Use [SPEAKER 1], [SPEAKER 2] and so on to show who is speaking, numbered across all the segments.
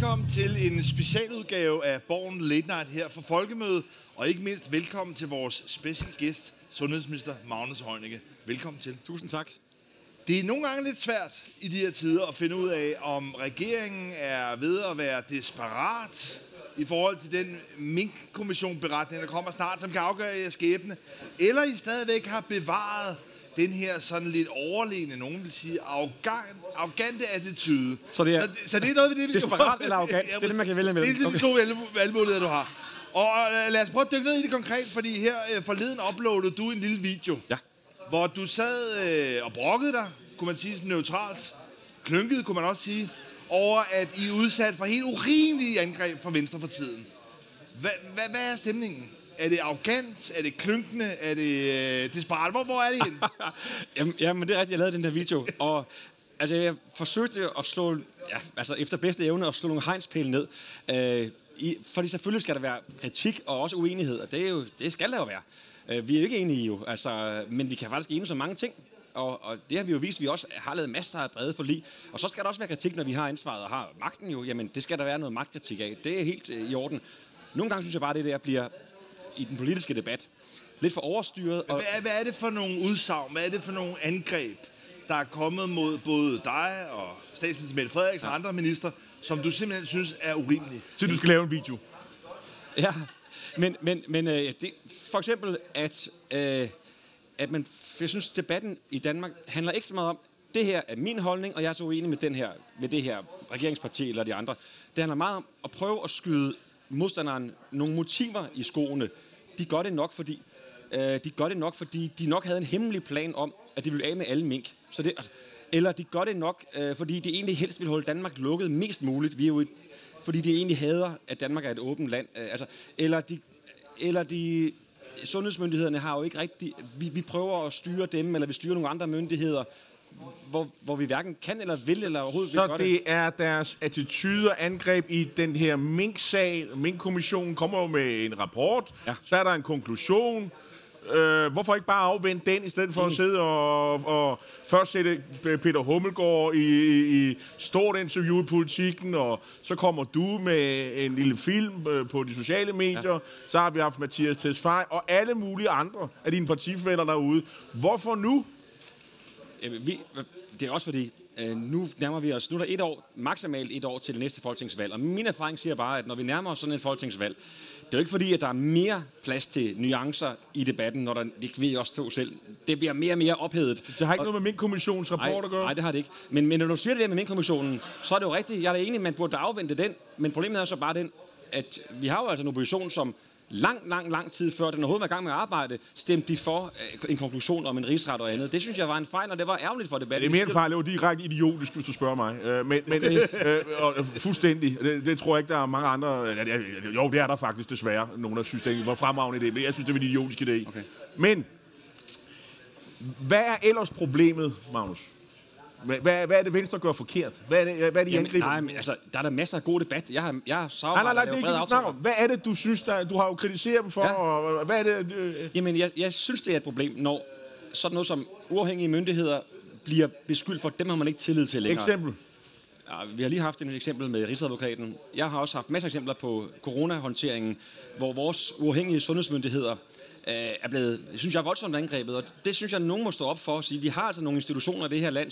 [SPEAKER 1] velkommen til en specialudgave af Borgen Late Night her for Folkemødet. Og ikke mindst velkommen til vores special gæst, sundhedsminister Magnus Heunicke. Velkommen til.
[SPEAKER 2] Tusind tak.
[SPEAKER 1] Det er nogle gange lidt svært i de her tider at finde ud af, om regeringen er ved at være desperat i forhold til den Mink-kommission-beretning, der kommer snart, som kan afgøre jeres skæbne, eller I stadigvæk har bevaret den her sådan lidt overlegne, nogen vil sige, arrogante attitude.
[SPEAKER 2] Så det er,
[SPEAKER 1] så det er noget ved det, vi
[SPEAKER 2] desperat eller arrogant? Det er det, man kan vælge med.
[SPEAKER 1] Det er de to valgmuligheder, du har. Og lad os prøve at dykke ned i det konkret, fordi her forleden uploadede du en lille video, hvor du sad og brokkede dig, kunne man sige sådan neutralt, klynket, kunne man også sige, over at I er udsat for helt urimelige angreb fra Venstre for tiden. Hvad er stemningen? Er det arrogant? Er det klynkende? Er det desperat? Hvor er det henne?
[SPEAKER 2] Jamen, det er rigtigt, jeg lavede den der video. Og altså, jeg forsøgte at slå, efter bedste evne, at slå nogle hegnspæle ned. Fordi selvfølgelig skal der være kritik og også uenighed, og det skal der jo være. Vi er jo ikke enige jo, men vi kan faktisk enes om mange ting. Og det har vi jo vist, vi også har lavet masser af brede forlig. Og så skal der også være kritik, når vi har ansvaret og har magten jo. Jamen, det skal der være noget magtkritik af. Det er helt i orden. Nogle gange synes jeg bare, at det der bliver i den politiske debat lidt for overstyret. Og
[SPEAKER 1] hvad er det for nogle udsagn? Hvad er det for nogle angreb, der er kommet mod både dig og statsminister Mette Frederiksen og andre minister, som du simpelthen synes er urimelige?
[SPEAKER 3] Så du skal lave en video?
[SPEAKER 2] Ja, men det, for eksempel, at jeg synes, debatten i Danmark handler ikke så meget om, det her er min holdning, og jeg er så uenig med det her regeringsparti eller de andre. Det handler meget om at prøve at skyde modstanderen nogle motiver i skoene. De gør det nok, fordi de nok havde en hemmelig plan om, at de ville af med alle mink. Så det, eller de gør det nok, fordi de egentlig helst vil holde Danmark lukket mest muligt. Fordi de egentlig hader, at Danmark er et åbent land. Eller de sundhedsmyndighederne har jo ikke rigtig. Vi prøver at styre dem, eller vi styrer nogle andre myndigheder, hvor vi hverken kan eller vil, eller overhovedet vil gøre det.
[SPEAKER 3] Så det er deres attitude og angreb i den her Mink-sag. Mink-kommissionen kommer jo med en rapport, så er der en konklusion. Hvorfor ikke bare afvente den, i stedet for at sidde og først sætte Peter Hummelgaard i stort interview i Politikken, og så kommer du med en lille film på de sociale medier, så har vi haft Mathias Tesfaye og alle mulige andre af dine partifæller derude. Hvorfor nu?
[SPEAKER 2] Det er også fordi, nu nærmer vi os, nu er der maksimalt et år til det næste folketingsvalg, og min erfaring siger bare, at når vi nærmer os sådan et folketingsvalg, det er jo ikke fordi, at der er mere plads til nuancer i debatten, når det ved også to selv. Det bliver mere og mere ophedet.
[SPEAKER 3] Det har ikke noget med Mink-kommissionens rapport at gøre?
[SPEAKER 2] Nej, det har det ikke. Men når du siger det der med Mink-kommissionen, så er det jo rigtigt. Jeg er da enig, man burde afvente den, men problemet er så bare den, at vi har jo altså en opposition, som lang tid før den overhovedet var i gang med at arbejde, stemte de for en konklusion om en rigsret og andet. Det synes jeg var en fejl, og det var ærgerligt for debatten.
[SPEAKER 3] Det er mere en fejl, det var direkte idiotisk, hvis du spørger mig. Men fuldstændig. Det tror jeg ikke, der er mange andre. Jo, det er der faktisk desværre. Nogen, der synes, det var fremragende idé, men jeg synes, det var en idiotisk idé. Okay. Men hvad er ellers problemet, Magnus? Hvad er det, Venstre gør forkert? Hvad er det, angriber?
[SPEAKER 2] Nej, men altså, der er der masser af god debat. Jeg har
[SPEAKER 3] samarbejdet og lavet brede aftaler. Hvad er det, du synes, du har jo kritiseret dem for? Ja. Og hvad er det?
[SPEAKER 2] Jamen, jeg synes, det er et problem, når sådan noget som uafhængige myndigheder bliver beskyldt for, dem har man ikke tillid til længere.
[SPEAKER 3] Eksempel?
[SPEAKER 2] Ja, vi har lige haft et eksempel med Rigsadvokaten. Jeg har også haft masser af eksempler på coronahåndteringen, hvor vores uafhængige sundhedsmyndigheder er blevet, synes jeg, voldsomt angrebet, og det synes jeg, at nogen må stå op for at sige. Vi har altså nogle institutioner i det her land,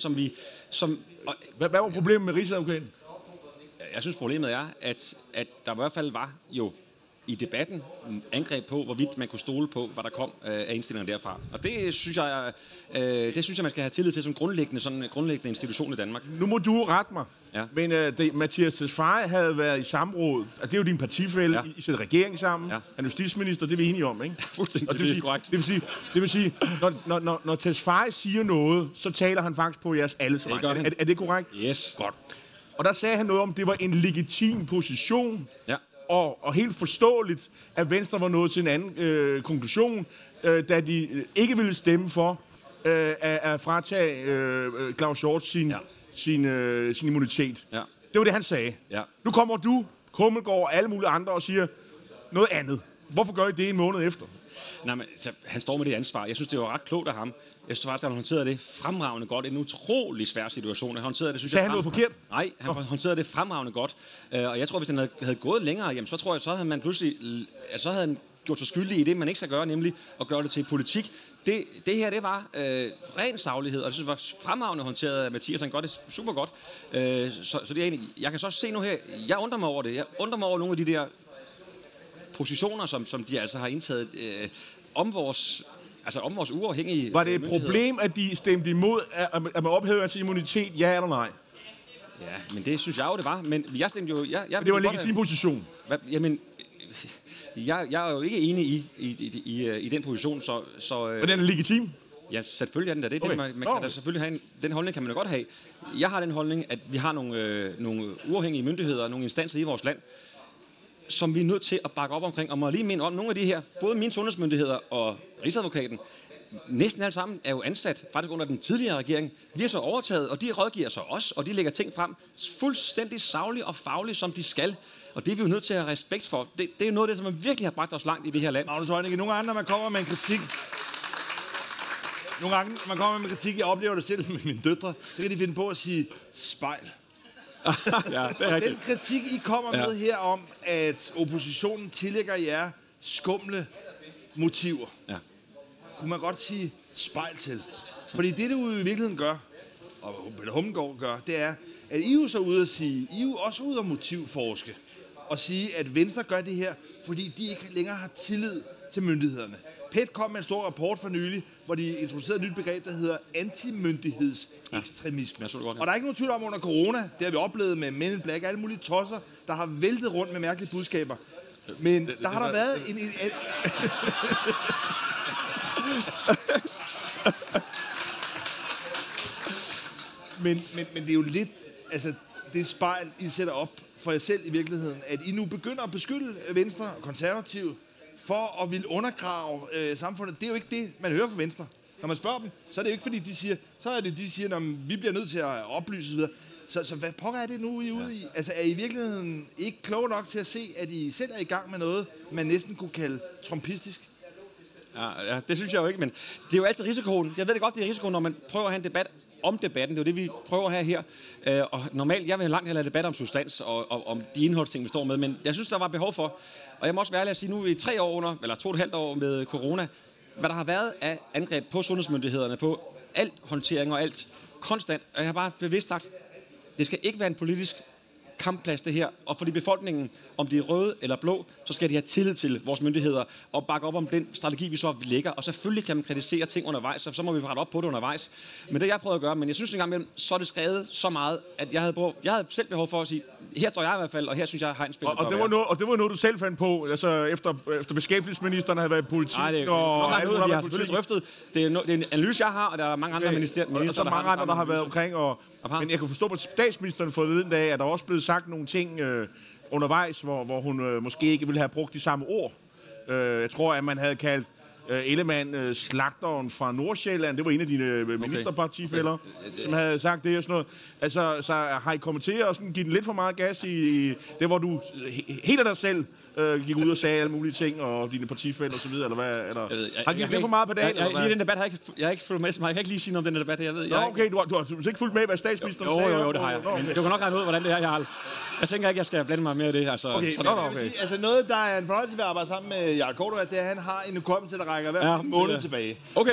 [SPEAKER 3] Hvad var problemet med Rigsadvokaten?
[SPEAKER 2] Jeg synes, problemet er, at der i hvert fald var jo i debatten angreb på, hvorvidt man kunne stole på, hvad der kom af indstillinger derfra. Og det synes jeg, man skal have tillid til som grundlæggende institution i Danmark.
[SPEAKER 3] Nu må du rette mig. Ja. Men Mathias Tesfaye havde været i samråd, og det er jo din partifælle, I sætter regering sammen, han er justitsminister, det er vi enige om, ikke?
[SPEAKER 2] Ja, fuldstændig, det er korrekt.
[SPEAKER 3] Det vil sige, når Tesfaye siger noget, så taler han faktisk på jeres alles vegne. Er det korrekt?
[SPEAKER 2] Yes.
[SPEAKER 3] Godt. Og der sagde han noget om, det var en legitim position, og helt forståeligt, at Venstre var nået til en anden konklusion, da de ikke ville stemme for at fratage Claus Hjort sin immunitet. Ja. Det var det, han sagde. Ja. Nu kommer du, Hummelgaard og alle mulige andre og siger noget andet. Hvorfor gør I det en måned efter?
[SPEAKER 2] Nej, men så, han står med det ansvar. Jeg synes, det var ret klogt af ham. Jeg synes faktisk, at han håndterede det fremragende godt. En utrolig svær situation. Han håndterede det, synes
[SPEAKER 3] jeg, han noget forkert?
[SPEAKER 2] Nej, han håndterede det fremragende godt. Og jeg tror, hvis han havde gået længere, jamen, så tror jeg, så havde man pludselig... Så havde han gjort sig skyldig i det, man ikke skal gøre, nemlig at gøre det til politik. Det her, det var ren saglighed, og det synes jeg var fremragende håndteret af Mathias. Han gør det super godt. Så det er egentlig... Jeg kan så se nu her... Jeg undrer mig over det. Jeg undrer mig over nogle af de der positioner, som de altså har indtaget om vores uafhængige...
[SPEAKER 3] Var det et problem, at de stemte imod, at man ophævede hans immunitet, ja eller nej?
[SPEAKER 2] Ja, men det synes jeg jo, det var. Men jeg stemte jo...
[SPEAKER 3] Men det var en legitim position.
[SPEAKER 2] Jamen... Jeg er jo ikke enig i den position, så
[SPEAKER 3] Men den er legitim?
[SPEAKER 2] Ja, selvfølgelig er den der. Det er okay. Man kan da selvfølgelig have den holdning kan man jo godt have. Jeg har den holdning, at vi har nogle uafhængige myndigheder, nogle instanser i vores land, som vi er nødt til at bakke op omkring. Og må lige minde om, nogle af de her, både mine sundhedsmyndigheder og Rigsadvokaten, næsten alle sammen er jo ansat faktisk under den tidligere regering. Vi har så overtaget, og de rådgiver så os, og de lægger ting frem fuldstændig sagligt og fagligt, som de skal. Og det er vi jo nødt til at have respekt for. Det er jo noget af det, som man virkelig har bragt os langt i det her land.
[SPEAKER 1] Magnus Heunicke, nogle gange, når man kommer med en kritik, jeg oplever det selv med mine døtre, så kan de finde på at sige spejl.
[SPEAKER 2] Ja, det er rigtigt.
[SPEAKER 1] Den kritik, I kommer med her om, at oppositionen tillægger jer skumle motiver, kunne man godt sige spejl til. Fordi det, du i virkeligheden gør, og Peter Hummelgaard gør, det er, at I er jo så ude at sige, I er jo også ude at motivforske, og sige, at Venstre gør det her, fordi de ikke længere har tillid til myndighederne. PET kom med en stor rapport for nylig, hvor de introducerede et nyt begreb, der hedder antimyndighedsekstremisme.
[SPEAKER 2] Ja,
[SPEAKER 1] og der er ikke nogen tvivl om under corona, det har vi oplevet med Men in Black, alle mulige tosser, der har væltet rundt med mærkelige budskaber. Men der har der været en Men det er jo lidt, altså det spejl, I sætter op for jer selv i virkeligheden, at I nu begynder at beskylde Venstre og Konservative for at ville undergrave samfundet. Det er jo ikke det, man hører fra Venstre. Når man spørger dem, så er det jo ikke fordi, de siger, at vi bliver nødt til at oplyse osv. Så hvad pokker er det nu, I er ude i? Altså er I virkeligheden ikke kloge nok til at se, at I selv er i gang med noget, man næsten kunne kalde trumpistisk?
[SPEAKER 2] Ja, det synes jeg jo ikke, men det er jo altid risikoen. Jeg ved det godt, det er risikoen, når man prøver at have en debat om debatten. Det er jo det, vi prøver at have her. Og normalt, jeg vil have langt hellere debat om substans og om de indholdsting, vi står med, men jeg synes, der var behov for, og jeg må også være ærlig at sige, nu er vi 3 år under, eller 2,5 år med corona, hvad der har været af angreb på sundhedsmyndighederne, på alt håndtering og alt konstant, og jeg har bare bevidst sagt, det skal ikke være en politisk kampplads det her, og fordi befolkningen, om de er røde eller blå, så skal de have tillid til vores myndigheder og bakke op om den strategi, vi så lægger. Og selvfølgelig kan man kritisere ting undervejs, så må vi rette op på det undervejs. Men det jeg prøver at gøre, men jeg synes en gang imellem, så er det skrevet så meget, at jeg havde selv behov for at sige, her står jeg i hvert fald, og her synes jeg, har en spil.
[SPEAKER 3] Og det var noget, du selv fandt på, altså efter beskæftigelsesministeren havde været i politik.
[SPEAKER 2] Nej, det er noget, vi har selvfølgelig drøftet. Det er en analyse, jeg har, og der er mange andre minister,
[SPEAKER 3] der har mange andre, der har været omkring. Men jeg kan forstå på statsministeren forleden dag, at der også blevet sagt nogle ting undervejs, hvor hun måske ikke ville have brugt de samme ord. Jeg tror, at man havde kaldt Ellemann slagteren fra Nordsjælland. Det var en af dine ministerpartifæller, som havde sagt det og sådan noget. Altså, så har I kommenteret og sådan, givet den lidt for meget gas i det, hvor du helt af dig selv gik ud og sagde alle mulige ting, og dine partifæller og så videre, eller hvad? Eller, har I givet lidt for meget på dagen?
[SPEAKER 2] Lige den debat har jeg ikke fulgt med, så jeg kan ikke lige sige noget om den debat. Jeg ved,
[SPEAKER 3] okay, du har ikke fulgt med, hvad statsministeren sagde?
[SPEAKER 2] Jo, det har jeg. Men du kan nok regne ud, hvordan det er, jeg tænker ikke, jeg skal blande mig mere i det. Altså,
[SPEAKER 1] okay. Altså noget, der er en fornøjelse ved at arbejde sammen med Jarl Kortua, det er, at han har en hukommelse, der rækker hver måned tilbage.
[SPEAKER 2] Okay.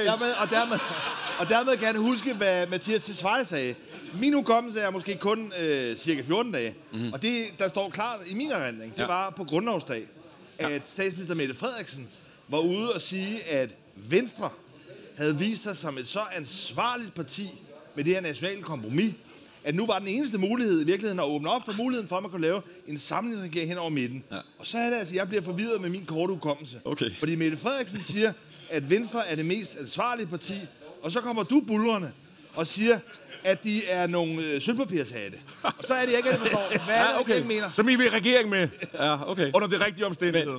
[SPEAKER 1] Dermed kan han huske, hvad Mathias Tesfaye sagde. Min hukommelse er måske kun cirka 14 dage. Mm-hmm. Og det, der står klart i min erindring, det var på grundlovsdag, at statsminister Mette Frederiksen var ude og sige, at Venstre havde vist sig som et så ansvarligt parti med det her nationale kompromis, at nu var den eneste mulighed i virkeligheden at åbne op for muligheden for, at man kunne lave en samlingsregering hen over midten. Ja. Og så er det altså, jeg bliver forvirret med min korte hukommelse.
[SPEAKER 2] Okay.
[SPEAKER 1] Fordi Mette Frederiksen siger, at Venstre er det mest ansvarlige parti, og så kommer du buldrende og siger, at de er nogle sølvpapirshatte. Og så er det ikke, at jeg forstår, hvad er det, jeg mener?
[SPEAKER 3] Som I vil regering med.
[SPEAKER 2] Ja, okay.
[SPEAKER 3] Under det rigtige omstændighed.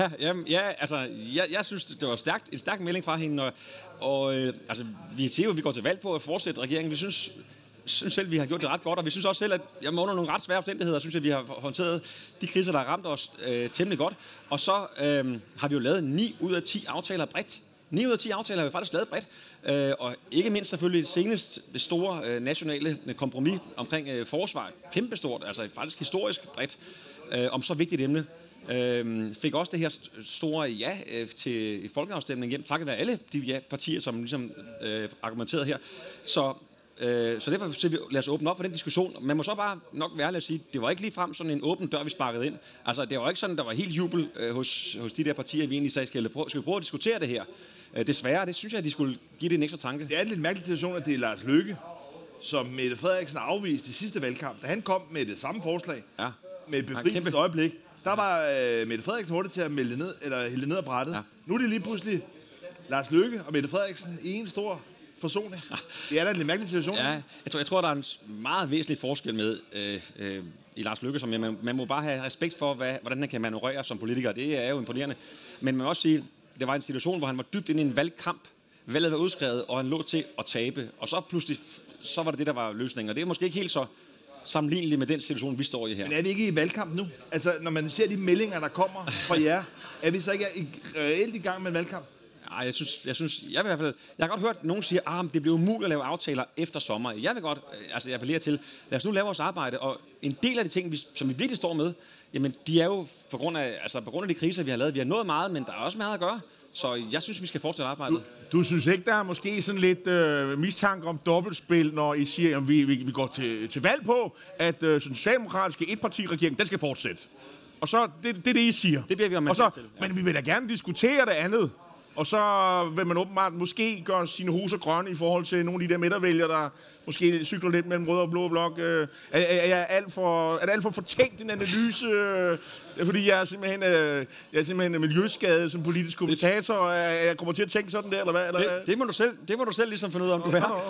[SPEAKER 2] Jeg synes, det var en stærk melding fra hende. Og vi siger jo, at vi går til valg på at fortsætte regeringen. Vi synes, synes selv, vi har gjort det ret godt, og vi synes også selv, at under nogle ret svære omstændigheder, synes jeg, vi har håndteret de kriser, der har ramt os temmelig godt. Og så har vi jo lavet 9 ud af 10 aftaler bredt. 9 ud af 10 aftaler har vi faktisk lavet bredt, og ikke mindst selvfølgelig senest det store nationale kompromis omkring forsvar. Kæmpestort, altså faktisk historisk bredt, om så vigtigt emne. Fik også det her store ja til folkeafstemningen hjem, takket være alle de partier, som ligesom argumenterede her. Så derfor ser vi, lad os åbne op for den diskussion. Man må så bare nok være ærlig at sige, det var ikke ligefrem sådan en åben dør, vi sparkede ind. Altså, det var ikke sådan, der var helt jubel hos de der partier, vi egentlig sagde, skal vi prøve at diskutere det her. Desværre, det synes jeg, at de skulle give det en ekstra tanke.
[SPEAKER 1] Det er en lidt mærkelig situation, at det er Lars Løkke, som Mette Frederiksen afviste i sidste valgkamp. Da han kom med det samme forslag, med et befrielses øjeblik, der var Mette Frederiksen hurtigt til at melde ned, eller hælde ned af brættet. Ja. Nu er det lige pludselig Lars Løkke og Mette Frederiksen i en stor forsoning. Det er da en lidt mærkelig situation.
[SPEAKER 2] Ja, jeg tror, der er en meget væsentlig forskel med i Lars Løkke, som man må bare have respekt for, hvordan han kan manøvrere som politiker. Det er jo imponerende. Men man må også sige, det var en situation, hvor han var dybt inde i en valgkamp. Valget var udskrevet, og han lå til at tabe. Og så pludselig, så var det der var løsningen. Og det er måske ikke helt så sammenligneligt med den situation, vi står i her.
[SPEAKER 1] Men er vi ikke i valgkamp nu? Altså, når man ser de meldinger, der kommer fra jer, er vi så ikke reelt i gang med en valgkamp?
[SPEAKER 2] Nej, jeg har godt hørt, at nogen siger, at det bliver umuligt at lave aftaler efter sommer. Jeg vil godt appellere til, lad os nu lave vores arbejde, og en del af de ting, som vi virkelig står med, jamen, de er jo på grund af de kriser, vi har lavet. Vi har nået meget, men der er også meget at gøre. Så jeg synes, vi skal fortsætte arbejdet.
[SPEAKER 3] Du synes ikke, der er måske sådan lidt mistanke om dobbeltspil, når I siger, at vi går til valg på, at den socialdemokratiske etpartiregering, den skal fortsætte. Og så, det er det, I siger.
[SPEAKER 2] Det bliver vi opmærksom til. Ja.
[SPEAKER 3] Men vi vil da gerne diskutere det andet. Og så vil man åbenbart måske gøre sine huser grønne i forhold til nogle af de der midtervælgere, der måske cykler lidt mellem rød og blå blok. Er det alt for fortænkt en analyse? Fordi jeg er simpelthen miljøskadet som politisk kommentator, og jeg kommer til at tænke sådan der, eller hvad? Eller?
[SPEAKER 2] Det må du selv ligesom finde ud af, om du er.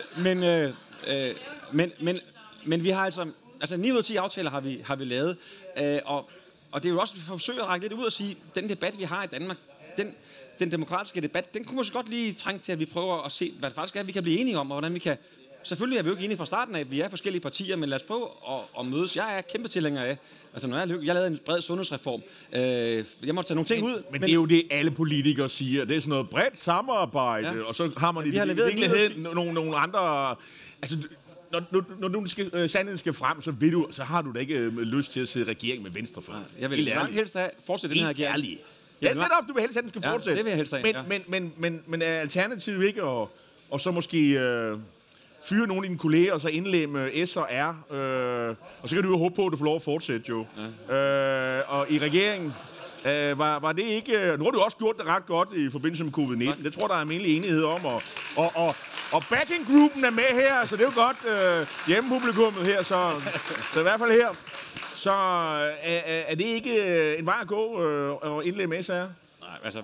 [SPEAKER 2] Okay. Men vi har altså 9 ud af 10 aftaler har vi lavet, og det er jo også, vi forsøger at række lidt ud og sige, den debat, vi har i Danmark, den demokratiske debat, den kunne måske godt lige trænge til, at vi prøver at se, hvad det faktisk er, vi kan blive enige om, og hvordan vi kan. Selvfølgelig er vi jo ikke enige fra starten af, at vi er forskellige partier, men lad os prøve at mødes. Jeg er kæmpe tilhænger af. Altså, når jeg lavede en bred sundhedsreform. Jeg må tage nogle ting ud.
[SPEAKER 3] Men det er jo det, alle politikere siger. Det er sådan noget bredt samarbejde, og så har man i virkeligheden nogle andre. Altså, når nu sandheden skal frem, så har du da ikke lyst til at sidde i regering med Venstre for.
[SPEAKER 2] Jeg vil helst fortsætte den her regering.
[SPEAKER 3] Ja, netop, du vil helst, at den skal fortsætte.
[SPEAKER 2] Det vil jeg helst have,
[SPEAKER 3] men er alternativet ikke og så måske fyre nogle af dine kolleger, og så indlemme S og R, og så kan du jo håbe på, at du får lov at fortsætte, jo. Ja. Og i regeringen, var det ikke. Nu har du også gjort det ret godt i forbindelse med covid-19. Det tror der er almindelig enighed om. Og backing-gruppen er med her, så det er jo godt hjemmepublikummet her. Så i hvert fald her. Så er det ikke en vej at gå og indlemme SR?
[SPEAKER 2] Nej, altså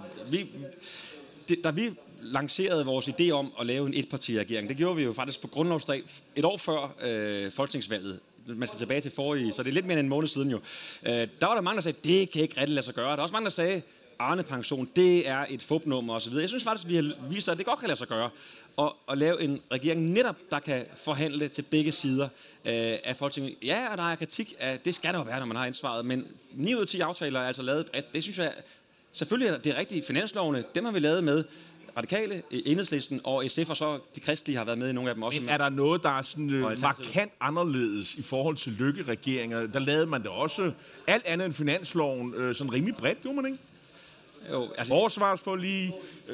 [SPEAKER 2] da vi lancerede vores idé om at lave en etpartiregering, det gjorde vi jo faktisk på grundlovsdag, et år før folketingsvalget. Man skal tilbage til forrige, så det er lidt mere end en måned siden jo. Der var der mange, der sagde, det kan ikke rigtig lade sig gøre. Der er også mange, der sagde, Arne-pension, det er et fupnummer osv. Jeg synes faktisk, vi har vist, at det godt kan lade sig gøre. Og lave en regering netop, der kan forhandle til begge sider af Folketinget. Ja, og der er kritik af, det skal der jo være, når man har ansvaret, men 9 ud af 10 aftaler er altså lavet bredt. Det synes jeg, selvfølgelig er det rigtige. Finanslovene, dem har vi lavet med Radikale, Enhedslisten og SF, og så de kristelige har været med i nogle af dem også.
[SPEAKER 3] Men er der noget, der er sådan markant anderledes i forhold til Løkke-regeringer? Der lavede man det også alt andet end finansloven sådan rimelig bredt, gjorde man ikke?
[SPEAKER 2] Jo, altså,
[SPEAKER 3] forsvarsforlig,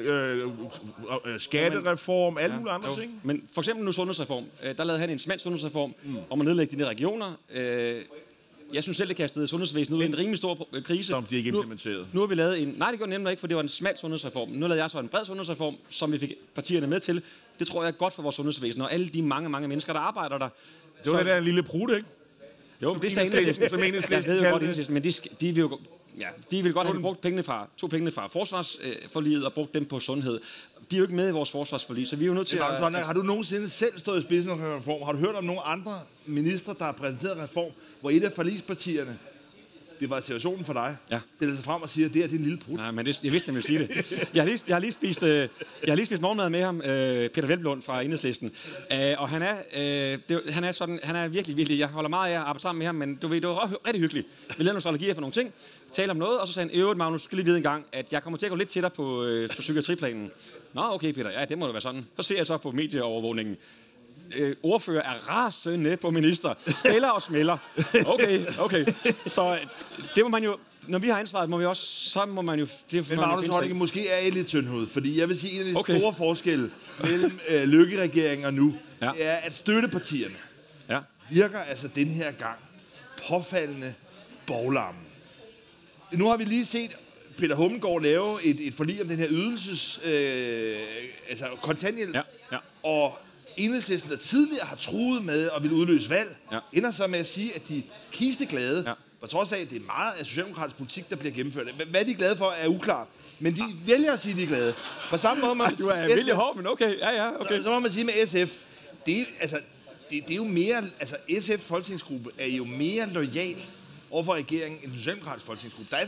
[SPEAKER 3] skattereform, alle mulige andre ting.
[SPEAKER 2] Men for eksempel nu sundhedsreform. Der lavede han en smal sundhedsreform om at nedlægge de der regioner. Jeg synes selv, det kastede sundhedsvæsenet ud i en rimelig stor krise.
[SPEAKER 3] Som de ikke implementeret.
[SPEAKER 2] Nu har vi lavet en. Nej, det gjorde nemlig ikke, for det var en smal sundhedsreform. Nu lavede jeg så en bred sundhedsreform, som vi fik partierne med til. Det tror jeg er godt for vores sundhedsvæsen, og alle de mange mennesker, der arbejder der.
[SPEAKER 3] Det var det der en lille prutte, ikke?
[SPEAKER 2] Jo, men det sagde Enhedslisten. Jeg ved jo godt Enhedslisten, men de vil jo. Ja, de vil godt have brugt pengene fra forsvarsforliget og brugt dem på sundhed. De er jo ikke med i vores forsvarsforlig, så vi er jo nødt til at.
[SPEAKER 1] Har du nogensinde selv stået i spidsen for en reform? Har du hørt om nogle andre ministre, der har præsenteret en reform, hvor et af forligspartierne det var situationen for dig,
[SPEAKER 2] Ja.
[SPEAKER 1] stiller sig frem og siger, at det er en lille prut.
[SPEAKER 2] Nej, men jeg vidste, han ville sige det. Jeg har lige spist morgenmad med ham, Peter Velblom fra Enhedslisten. Og han er virkelig, jeg holder meget af at arbejde sammen med ham, men du ved, det var rigtig hyggeligt. Vi lavede nogle strategier for nogle ting, talte om noget, og så sagde han, Magnus, du skal lige vide en gang, at jeg kommer til at gå lidt tættere på psykiatriplanen. Nå, okay, Peter, ja, det må det være sådan. Så ser jeg så på medieovervågningen. Ordfører er rasende på minister. Skælder og smælder. Okay. Så det må man jo... Når vi har ansvaret, må vi også... Så må man jo...
[SPEAKER 1] Men Magnus Heunicke måske er lidt tyndhud, fordi jeg vil sige, en af de store forskelle mellem Løkke-regeringen og nu, det er, at støttepartierne virker altså den her gang påfaldende boglarmen. Nu har vi lige set Peter Hummelgaard lave et forlig om den her ydelses... altså kontanthjælp.
[SPEAKER 2] Ja.
[SPEAKER 1] Og Enhedslisten, der tidligere har truet med at ville udløse valg, ender så med at sige, at de er kisteglade, på trods af, at det er meget af socialdemokratisk politik, der bliver gennemført. Hvad de er glade for, er uklart. Men de vælger at sige, at de er glade. På samme måde...
[SPEAKER 2] Du er vildt hård, men okay.
[SPEAKER 1] Så må man sige med SF, det er jo mere... Altså, SF's folketingsgruppe er jo mere lojal overfor regeringen end den socialdemokratiske folketingsgruppe. Der er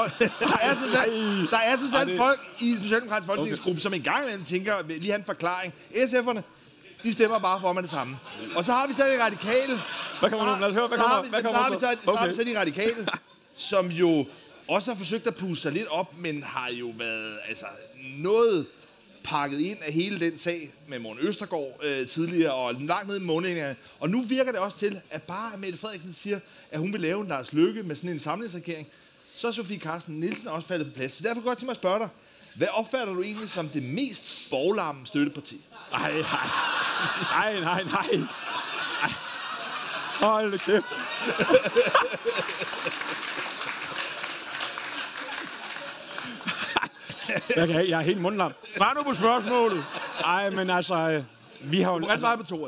[SPEAKER 1] så sandt folk i den socialdemokratiske folketingsgruppe, som engang imellem tænker, lige have en forklaring. SF'erne, de stemmer bare for med det samme. Og så har vi så de radikale.
[SPEAKER 2] Hvad kommer nu? Lad os høre, hvad kommer så?
[SPEAKER 1] Så har vi så de radikale, som jo også har forsøgt at puste sig lidt op, men har jo været noget pakket ind af hele den sag med Morten Østergaard tidligere, og langt ned i månederne. Og nu virker det også til, at bare Mette Frederiksen siger, at hun vil lave en Lars Løkke med sådan en samlingsregering, så er Sofie Carsten Nielsen også faldet på plads. Så derfor godt til mig at spørge dig, hvad opfatter du egentlig som det mest boglarme støtteparti?
[SPEAKER 2] Nej. Hold kæft. Jeg er helt mundlam.
[SPEAKER 3] Svar nu på spørgsmålet.
[SPEAKER 2] Ej, men altså... Vi har jo...
[SPEAKER 1] Du kan svare på to.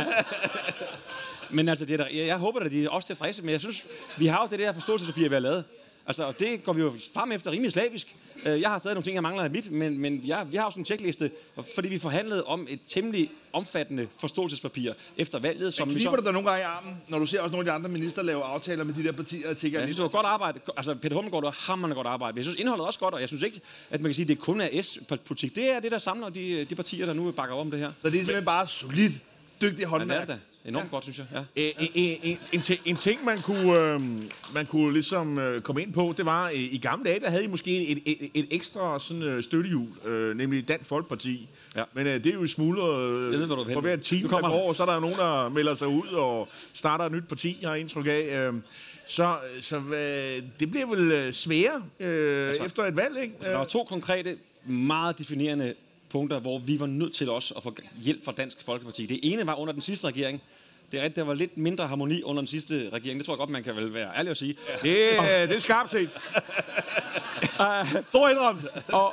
[SPEAKER 2] Men altså, jeg håber, at de er også tilfredse, men jeg synes, vi har jo det der forståelsespapir, vi har lavet. Altså, og det går vi jo frem efter rimelig slavisk. Jeg har stadig nogle ting, jeg mangler af mit, men vi har jo sådan en checkliste, fordi vi forhandlede om et temmelig omfattende forståelsespapir efter valget.
[SPEAKER 1] Men kniber du dig nogle gange i armen, når du ser også nogle af de andre minister lave aftaler med de der partier? Og tænker,
[SPEAKER 2] jeg synes, det var godt arbejde. Altså, Peter Hummelgaard var hammerende godt arbejde. Jeg synes, indholdet er også godt, og jeg synes ikke, at man kan sige, at det kun er S-politik. Det er det, der samler de partier, der nu bakker om det her.
[SPEAKER 1] Så det er simpelthen bare solidt, dygtig håndværk?
[SPEAKER 2] Ja, det er det. Enormt godt, synes jeg. Ja.
[SPEAKER 3] En ting, man kunne ligesom komme ind på, det var, i gamle dage, der havde I måske et ekstra sådan, støttehjul, nemlig Dansk Folkeparti. Ja. Men det er jo smuldret for hver time per år, så er der nogen, der melder sig ud og starter et nyt parti, har jeg indtryk af. Så det bliver vel sværere efter et valg, ikke?
[SPEAKER 2] Altså, der var to konkrete, meget definerende punkter, hvor vi var nødt til også at få hjælp fra Dansk Folkeparti. Det ene var under den sidste regering. Det er rigtigt, der var lidt mindre harmoni under den sidste regering. Det tror jeg godt, man kan vel være ærlig at sige.
[SPEAKER 3] Det er skarpt set.
[SPEAKER 1] Stor indrømmelse.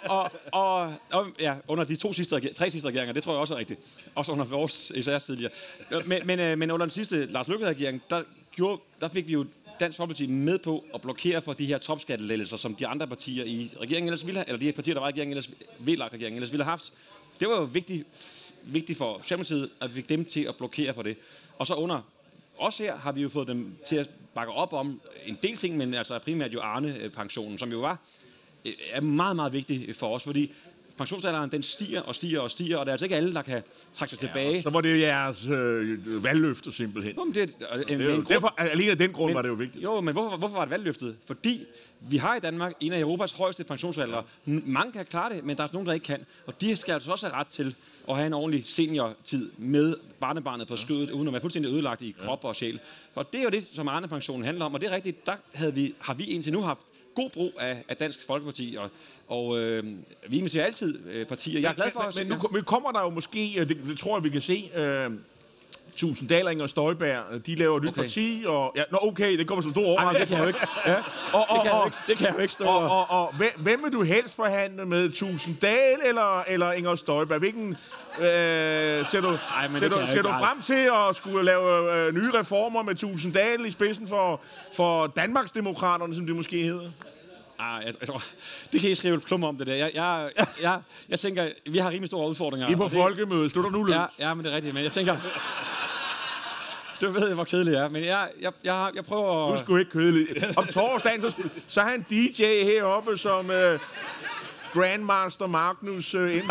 [SPEAKER 2] Under de tre sidste regeringer, det tror jeg også er rigtigt. Også under vores især tidligere. Men under den sidste Lars Løkke-regering, der fik vi jo Dansk Folkeparti med på at blokere for de her topskattelettelser, som de andre partier i regeringen ellers ville have, eller de partier, der var i regeringen ellers, VLAK-regeringen ellers ville have haft. Det var jo vigtigt for Socialdemokratiet, at vi fik dem til at blokere for det. Og så under os her har vi jo fået dem til at bakke op om en del ting, men altså primært jo Arne-pensionen, som jo er meget, meget vigtig for os, fordi pensionsalderen, den stiger, og det er altså ikke alle, der kan trække sig tilbage.
[SPEAKER 3] Så var det jeres valgløfte simpelthen. Derfor, alene af den grund var det jo vigtigt.
[SPEAKER 2] Jo, men hvorfor var det valgløftet? Fordi vi har i Danmark en af Europas højeste pensionsaldre. Mange kan klare det, men der er nogen, der ikke kan. Og de skal altså også have ret til at have en ordentlig seniortid med barnebarnet på skødet, uden at være fuldstændig ødelagt i krop og sjæl. Og det er jo det, som Arne-pensionen handler om. Og det er rigtigt, der har vi indtil nu haft god brug af Dansk Folkeparti, og vi inviterer altid partier. Jeg er glad for os.
[SPEAKER 3] Men nu kommer der jo måske, det tror jeg, vi kan se, Tusinddal og Støjberg, de laver et nyt parti, og... Ja, okay, det kommer så stor overraskelse.
[SPEAKER 2] Det kan jeg jo ikke. Ja. Det kan jeg jo ikke stå.
[SPEAKER 3] Og hvem vil du helst forhandle med, Tusinddal eller Inger Støjberg? Hvilken ser du frem til at skulle lave nye reformer med Tusinddal i spidsen for Danmarksdemokraterne, som det måske hedder?
[SPEAKER 2] Det kan I skrive et klum om, det der. Jeg tænker, vi har rimelig store udfordringer.
[SPEAKER 3] I på folkemødet. Slutter nu løs.
[SPEAKER 2] Ja, men det er rigtigt. Men jeg tænker... Du ved, hvor kedeligt det er, men jeg prøver
[SPEAKER 3] Du er sgu ikke kedelig. Om torsdagen, så har han DJ heroppe som Grandmaster Magnus MC.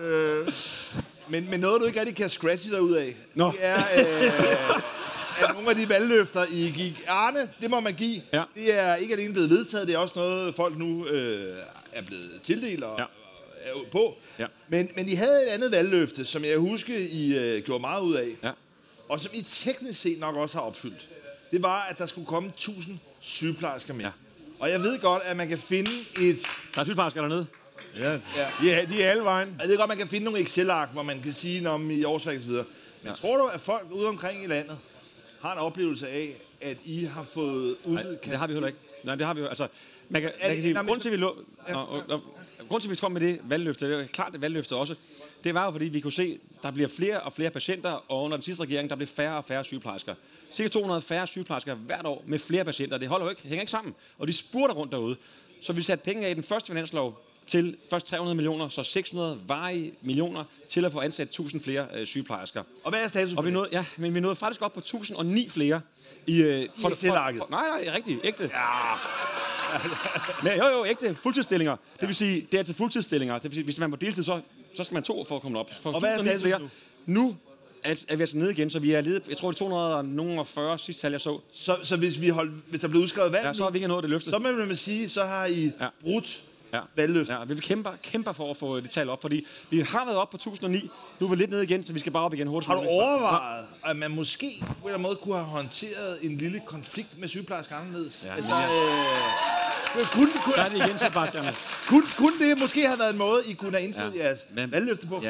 [SPEAKER 1] Men noget, du ikke rigtig kan scratche dig ud af,
[SPEAKER 2] Nå.
[SPEAKER 1] det er, at nogle af de valgløfter, I gik. Arne, det må man give.
[SPEAKER 2] Ja.
[SPEAKER 1] Det er ikke alene blevet vedtaget, det er også noget, folk nu er blevet tildelt og er på.
[SPEAKER 2] Ja.
[SPEAKER 1] Men I havde et andet valgløfte, som jeg husker, I gjorde meget ud af.
[SPEAKER 2] Ja.
[SPEAKER 1] Og som I teknisk set nok også har opfyldt. Det var, at der skulle komme 1000 sygeplejersker med.
[SPEAKER 2] Ja.
[SPEAKER 1] Og jeg ved godt, at man kan finde et...
[SPEAKER 2] Der er sygeplejersker dernede.
[SPEAKER 3] Ja, de er alle vejen.
[SPEAKER 1] Jeg ved godt, at man kan finde nogle Excel-ark, hvor man kan sige noget om i årsværk og så videre. Men tror du, at folk ude omkring i landet har en oplevelse af, at I har fået udvidet...
[SPEAKER 2] Det har vi heller ikke. Nej, det har vi jo. Altså, man kan sige, grunden til, at vi kom med det valgløfte, det er klart et valgløfte også, det var jo, fordi vi kunne se, at der bliver flere og flere patienter, og under den sidste regering, der bliver færre og færre sygeplejersker. Cirka 200 færre sygeplejersker hvert år med flere patienter. Det holder jo ikke, hænger ikke sammen. Og de spurter rundt derude. Så vi satte penge af i den første finanslov til først 300 millioner, så 600 varige millioner til at få ansat 1000 flere sygeplejersker.
[SPEAKER 1] Og hvad er status på
[SPEAKER 2] det? Men vi nåede faktisk op på 1009 flere i
[SPEAKER 1] Excel-arket.
[SPEAKER 2] Nej, rigtigt, ægte. Ja. Jo, ægte fuldtidsstillinger. Det vil sige, det er til fuldtidsstillinger. Det vil sige, hvis man er på deltid, så skal man 2 for at komme op. For
[SPEAKER 1] og hvad er status
[SPEAKER 2] flere. Nu er vi altså nede igen, så vi er ledet, jeg tror det er 240 sidste tal, jeg så.
[SPEAKER 1] Så hvis der bliver udskrevet valg
[SPEAKER 2] så har vi ikke nået det løfte.
[SPEAKER 1] Så må man sige, så har I brudt valgløftet.
[SPEAKER 2] Ja, vi kæmper for at få det tal op, fordi vi har været op på 1009, nu er vi lidt nede igen, så vi skal bare op igen hurtigt.
[SPEAKER 1] Har du overvejet, at man måske på en eller anden måde kunne have håndteret en lille konflikt med sygeplejersker anderledes?
[SPEAKER 2] Ja,
[SPEAKER 1] kunne det måske have været en måde, I kunne have indfriet jeres valgløfte på?
[SPEAKER 2] Ja,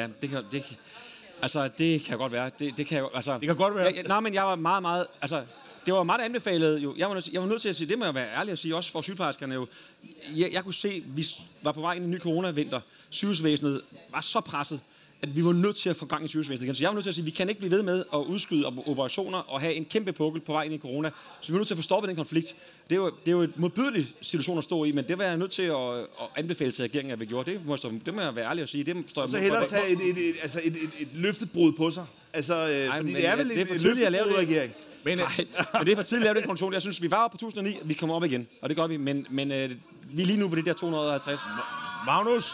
[SPEAKER 2] det kan godt være. Det kan
[SPEAKER 3] godt være.
[SPEAKER 2] Men jeg var meget, altså, det var meget anbefalet jo. Jeg var nødt til at sige, det må jeg være ærlig at sige, også for sygeplejerskerne jo. Jeg kunne se, vi var på vej ind i en ny coronavinter. Sygehusvæsenet var så presset, at vi var nødt til at få gang i sygehusvæsenet igen. Så jeg var nødt til at sige, at vi kan ikke blive ved med at udskyde operationer og have en kæmpe pukkel på vej ind i corona. Så vi er nødt til at få stoppet den konflikt. Det er jo et modbydeligt situation at stå i, men det var jeg nødt til at anbefale til regeringen, at vi gjorde. Det må jeg være ærlig at sige. Det står jeg
[SPEAKER 1] så hellere tage et løftebrud på sig. Altså, fordi det er vel en løftebrud regering.
[SPEAKER 2] Men det er for tidligt at lave den konklusion. Jeg synes, vi var oppe på 1009, vi kommer op igen, og det gør vi. Men vi er lige nu på det der 250.
[SPEAKER 3] Magnus,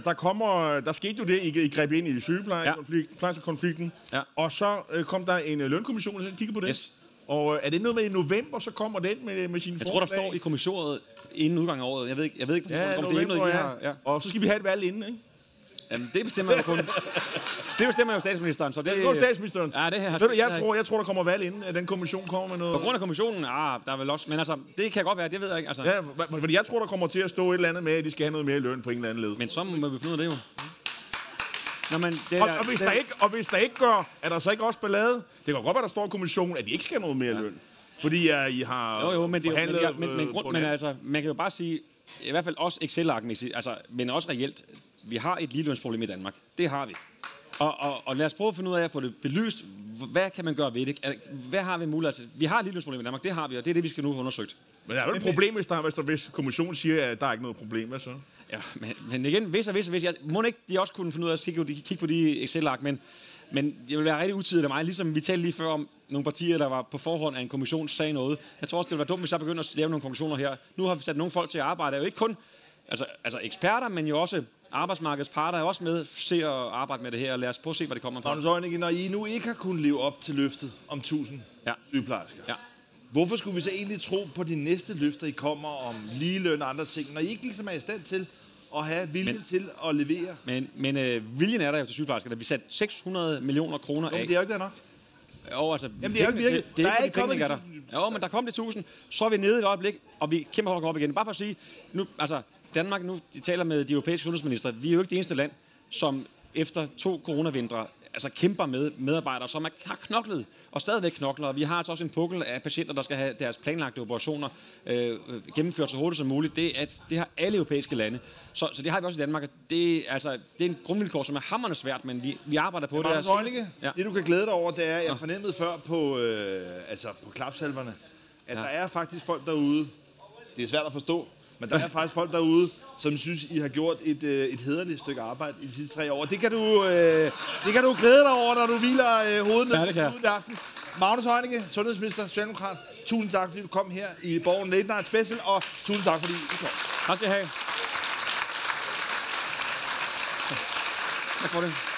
[SPEAKER 3] der skete jo det, I greb ind i sygeplejekonflikten, og så kom der en lønkommission, der kiggede på det.
[SPEAKER 2] Yes.
[SPEAKER 3] Og er det noget med i november, så kommer den med sine forslag?
[SPEAKER 2] Jeg tror, der står i kommissoriet inden udgangen af året. Jeg ved ikke om det er noget, vi har. Ja.
[SPEAKER 3] Og så skal vi have et valg inden, ikke?
[SPEAKER 2] Jamen, det bestemmer jo kun. Det bestemmer jo statsministeren, så det er
[SPEAKER 3] statsministeren.
[SPEAKER 2] Ja, det her.
[SPEAKER 3] Jeg tror der kommer valg inden, at den kommission kommer med noget.
[SPEAKER 2] På grund af kommissionen, der er vel også, men altså, det kan godt være, det ved jeg ikke. Altså.
[SPEAKER 3] Ja, fordi jeg tror der kommer til at stå et eller andet med, at de skal have noget mere løn på en eller anden led.
[SPEAKER 2] Men så må vi finde ud af det jo. Nå, men
[SPEAKER 3] hvis der ikke gør, er der så ikke også ballade? Det kan godt være, der står i kommissionen, at de ikke skal have noget mere løn. Fordi I har
[SPEAKER 2] men altså, man kan jo bare sige, i hvert fald også Excel-arkmæssigt, altså, men også reelt, vi har et ligelønsproblem i Danmark. Det har vi. Og lad os prøve at finde ud af at få det belyst. Hvad kan man gøre ved det? Hvad har vi mulighed til? Vi har et ligelønsproblem i Danmark, det har vi, og det er det, vi skal nu have undersøgt.
[SPEAKER 3] Men der er jo et problem, hvis kommissionen siger, at der er ikke noget problem, hvad så?
[SPEAKER 2] Ja, men igen, hvis. Jeg må ikke de også kunne finde ud af at kigge på de Excel-ark, men det vil være rigtig utidigt af mig, ligesom vi talte lige før om nogle partier, der var på forhånd af en kommission, sagde noget. Jeg tror også, det ville være dumt, hvis jeg begynder at lave nogle konklusioner her. Nu har vi sat nogle folk til at arbejde, det er jo ikke kun altså eksperter, men jo også arbejdsmarkedets parter er også med til at arbejde med det her, og lad os prøve at se, hvad det kommer fra.
[SPEAKER 1] Magnus Heunicke, når I nu ikke har kunnet leve op til løftet om 1000 sygeplejersker, hvorfor skulle vi så egentlig tro på de næste løfter, I kommer om ligeløn og andre ting, når I ikke ligesom er i stand til at have viljen til at levere?
[SPEAKER 2] Men viljen er der jo til sygeplejersker, vi satte 600 millioner kroner af.
[SPEAKER 1] Men det er jo ikke nok.
[SPEAKER 2] Jo, altså,
[SPEAKER 1] jamen, det er jo ikke virkelig.
[SPEAKER 2] Det er ikke kommet de 1000. Jo, men der kom de 1000, så er vi nede i et øjeblik, og vi kæmper for at komme op igen. Bare for at sige, nu, altså, Danmark, nu de taler med de europæiske sundhedsministre, vi er jo ikke det eneste land, som efter 2 coronavintre kæmper med medarbejdere, som har knoklet og stadigvæk knokler. Og vi har altså også en pukkel af patienter, der skal have deres planlagte operationer gennemført så hurtigt som muligt. Det har alle europæiske lande. Så det har vi også i Danmark. Det er en grundvilkår, som er hamrende svært, men vi arbejder på det.
[SPEAKER 1] Magnus Heunicke, det du kan glæde dig over, det er, jeg fornemmede før på klapsalverne, at der er faktisk folk derude, det er svært at forstå, men der er faktisk folk derude, som synes, I har gjort et hæderligt stykke arbejde i de sidste 3 år. Det kan du glæde dig over, når du hviler hovedet ned i aften. Magnus Heunicke, sundhedsminister, socialdemokrat. Tusind tak, fordi du kom her i Borgen Late Night Special, og tusind tak, fordi I kom.
[SPEAKER 2] Tak skal I have. Tak for det.